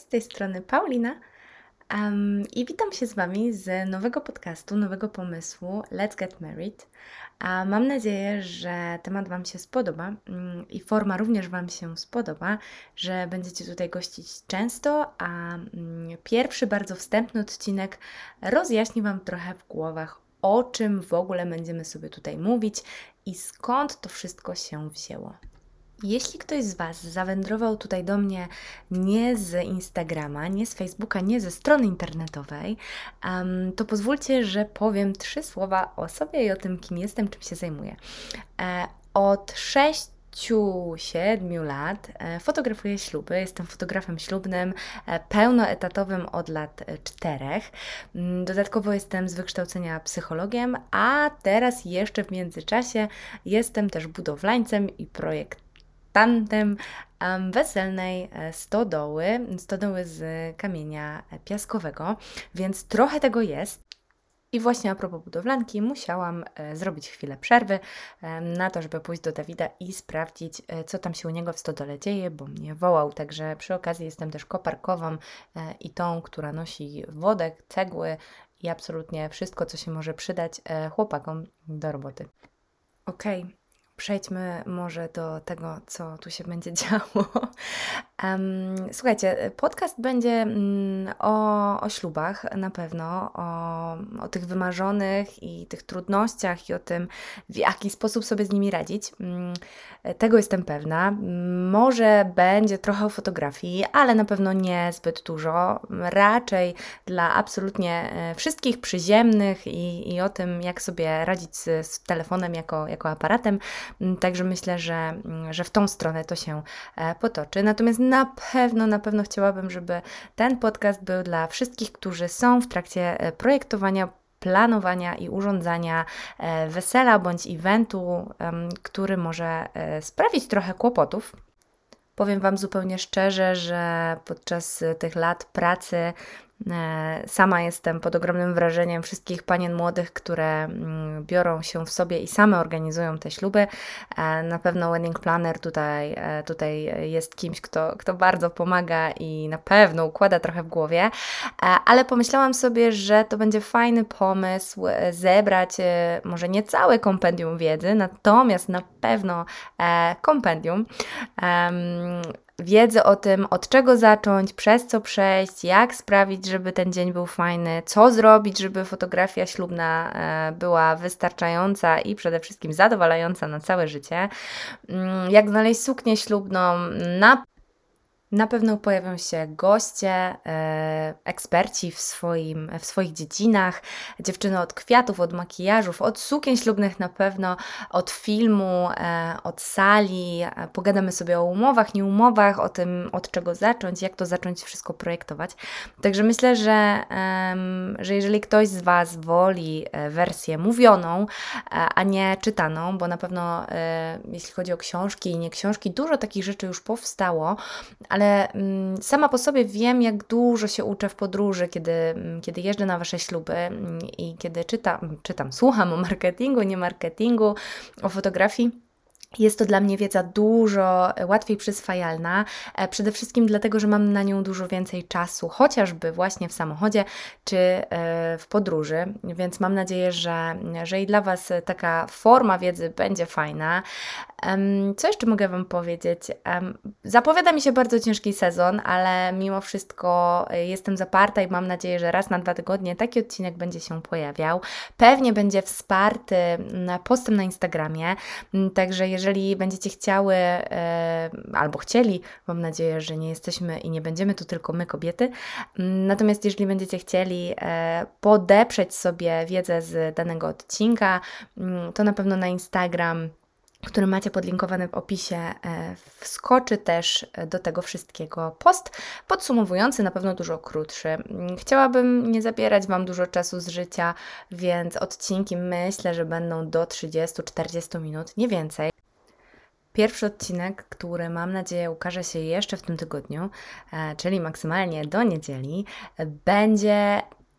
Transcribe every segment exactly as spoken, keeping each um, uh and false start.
z tej strony Paulina em, i witam się z Wami z nowego podcastu, nowego pomysłu Let's Get Married. A mam nadzieję, że temat Wam się spodoba mm, i forma również Wam się spodoba, że będziecie tutaj gościć często, a mm, pierwszy bardzo wstępny odcinek rozjaśni Wam trochę w głowach, o czym w ogóle będziemy sobie tutaj mówić i skąd to wszystko się wzięło. Jeśli ktoś z Was zawędrował tutaj do mnie nie z Instagrama, nie z Facebooka, nie ze strony internetowej, em, to pozwólcie, że powiem trzy słowa o sobie i o tym, kim jestem, czym się zajmuję. E, od sześciu, siedmiu lat e, fotografuję śluby. Jestem fotografem ślubnym, e, pełnoetatowym od lat e, czterech. Mm, Dodatkowo jestem z wykształcenia psychologiem, a teraz jeszcze w międzyczasie jestem też budowlańcem i projektantem em, weselnej e, stodoły, stodoły z kamienia piaskowego, więc trochę tego jest. I właśnie a propos budowlanki, musiałam e, zrobić chwilę przerwy e, na to, żeby pójść do Dawida i sprawdzić, e, co tam się u niego w stodole dzieje, bo mnie wołał. Także przy okazji jestem też koparkową e, i tą, która nosi wodę, cegły i absolutnie wszystko, co się może przydać e, chłopakom do roboty. Okej, przejdźmy może do tego, co tu się będzie działo. Em, słuchajcie, podcast będzie mm, o, o ślubach na pewno, o, o tych wymarzonych i tych trudnościach i o tym, w jaki sposób sobie z nimi radzić. Mm, Tego jestem pewna. Mm, Może będzie trochę o fotografii, ale na pewno nie zbyt dużo. Raczej dla absolutnie e, wszystkich przyziemnych i, i o tym, jak sobie radzić z, z telefonem jako, jako aparatem. Mm, Także myślę, że, mm, że w tą stronę to się e, potoczy. Natomiast na pewno, na pewno chciałabym, żeby ten podcast był dla wszystkich, którzy są w trakcie e, projektowania, planowania i urządzania e, wesela bądź eventu, em, który może e, sprawić trochę kłopotów. Powiem Wam zupełnie szczerze, że podczas e, tych lat pracy e, sama jestem pod ogromnym wrażeniem wszystkich panien młodych, które mm, biorą się w sobie i same organizują te śluby. E, Na pewno wedding planner tutaj, e, tutaj jest kimś, kto, kto bardzo pomaga i na pewno układa trochę w głowie, E, ale pomyślałam sobie, że to będzie fajny pomysł e, zebrać e, może nie całe kompendium wiedzy, natomiast na pewno e, kompendium. Em, Wiedzę o tym, od czego zacząć, przez co przejść, jak sprawić, żeby ten dzień był fajny, co zrobić, żeby fotografia ślubna e, była wystarczająca i przede wszystkim zadowalająca na całe życie. Mm, Jak znaleźć suknię ślubną, na na pewno pojawią się goście, e, eksperci w, swoim, w swoich dziedzinach, dziewczyny od kwiatów, od makijażów, od sukien ślubnych na pewno, od filmu, e, od sali. E, pogadamy sobie o umowach, nieumowach, o tym, od czego zacząć, jak to zacząć wszystko projektować. Także myślę, że, em, że jeżeli ktoś z Was woli e, wersję mówioną, e, a nie czytaną, bo na pewno e, jeśli chodzi o książki i nie książki, dużo takich rzeczy już powstało, ale mm, sama po sobie wiem, jak dużo się uczę w podróży, kiedy, mm, kiedy jeżdżę na Wasze śluby mm, i kiedy czytam, czytam, słucham o marketingu, nie marketingu, o fotografii. Jest to dla mnie wiedza dużo łatwiej przyswajalna, e, przede wszystkim dlatego, że mam na nią dużo więcej czasu, chociażby właśnie w samochodzie czy e, w podróży, więc mam nadzieję, że, że i dla Was taka forma wiedzy będzie fajna. Em, Co jeszcze mogę Wam powiedzieć? Em, Zapowiada mi się bardzo ciężki sezon, ale mimo wszystko e, jestem zaparta i mam nadzieję, że raz na dwa tygodnie taki odcinek będzie się pojawiał. Pewnie będzie wsparty mm, postem na Instagramie, mm, także jeżeli będziecie chciały e, albo chcieli, mam nadzieję, że nie jesteśmy i nie będziemy tu tylko my kobiety, mm, natomiast jeżeli będziecie chcieli e, podeprzeć sobie wiedzę z danego odcinka, mm, to na pewno na Instagram, który macie podlinkowany w opisie, e, wskoczy też do tego wszystkiego post podsumowujący, na pewno dużo krótszy. Mm, Chciałabym nie zabierać Wam dużo czasu z życia, więc odcinki myślę, że będą do trzydziestu czterdziestu minut, nie więcej. Pierwszy odcinek, który mam nadzieję ukaże się jeszcze w tym tygodniu, e, czyli maksymalnie do niedzieli, e, będzie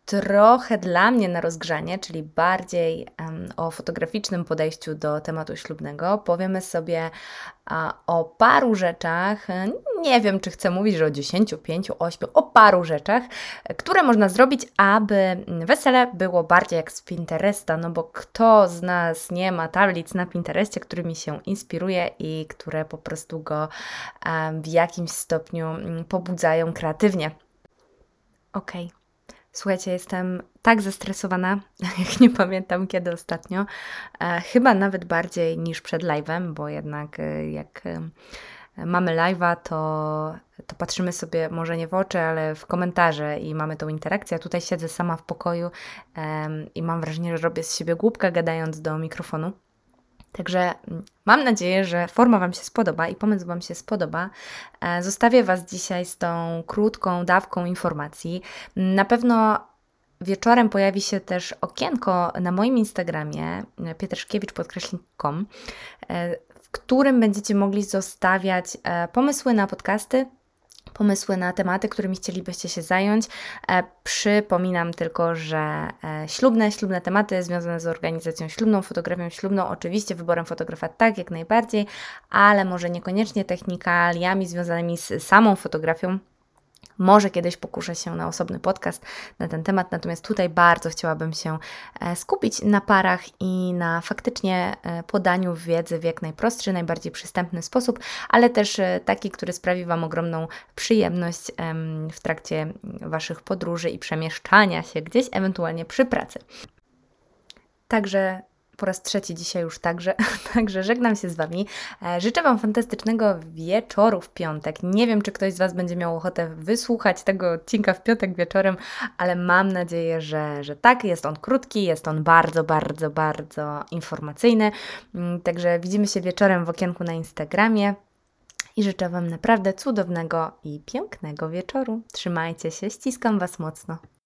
trochę dla mnie na rozgrzanie, czyli bardziej em, o fotograficznym podejściu do tematu ślubnego. Powiemy sobie a, o paru rzeczach, e, nie wiem, czy chcę mówić, że o dziesięciu, pięciu, ośmiu, o paru rzeczach, e, które można zrobić, aby mm, wesele było bardziej jak z Pinteresta, no bo kto z nas nie ma tablic na Pinterestie, którymi się inspiruje i które po prostu go em, w jakimś stopniu mm, pobudzają kreatywnie. Okej. Słuchajcie, jestem tak zestresowana, jak nie pamiętam kiedy ostatnio. E, chyba nawet bardziej niż przed live'em, bo jednak e, jak e, mamy live'a, to, to patrzymy sobie może nie w oczy, ale w komentarze i mamy tą interakcję. A tutaj siedzę sama w pokoju em, i mam wrażenie, że robię z siebie głupka gadając do mikrofonu. Także mm, mam nadzieję, że forma Wam się spodoba i pomysł Wam się spodoba. E, Zostawię Was dzisiaj z tą krótką dawką informacji. Na pewno wieczorem pojawi się też okienko na moim Instagramie e, pietraszkiewicz podkreśnik kropka com, e, w którym będziecie mogli zostawiać e, pomysły na podcasty, pomysły na tematy, którymi chcielibyście się zająć. E, przypominam tylko, że e, ślubne, ślubne tematy związane z organizacją ślubną, fotografią ślubną, oczywiście wyborem fotografa tak jak najbardziej, ale może niekoniecznie technikaliami związanymi z samą fotografią. Może kiedyś pokuszę się na osobny podcast na ten temat, natomiast tutaj bardzo chciałabym się e, skupić na parach i na faktycznie e, podaniu wiedzy w jak najprostszy, najbardziej przystępny sposób, ale też e, taki, który sprawi Wam ogromną przyjemność em, w trakcie Waszych podróży i przemieszczania się gdzieś, ewentualnie przy pracy. Także po raz trzeci dzisiaj już także, także żegnam się z Wami. E, Życzę Wam fantastycznego wieczoru w piątek. Nie wiem, czy ktoś z Was będzie miał ochotę wysłuchać tego odcinka w piątek wieczorem, ale mam nadzieję, że, że tak. Jest on krótki, jest on bardzo, bardzo, bardzo informacyjny. Mm, Także widzimy się wieczorem w okienku na Instagramie i życzę Wam naprawdę cudownego i pięknego wieczoru. Trzymajcie się, ściskam Was mocno.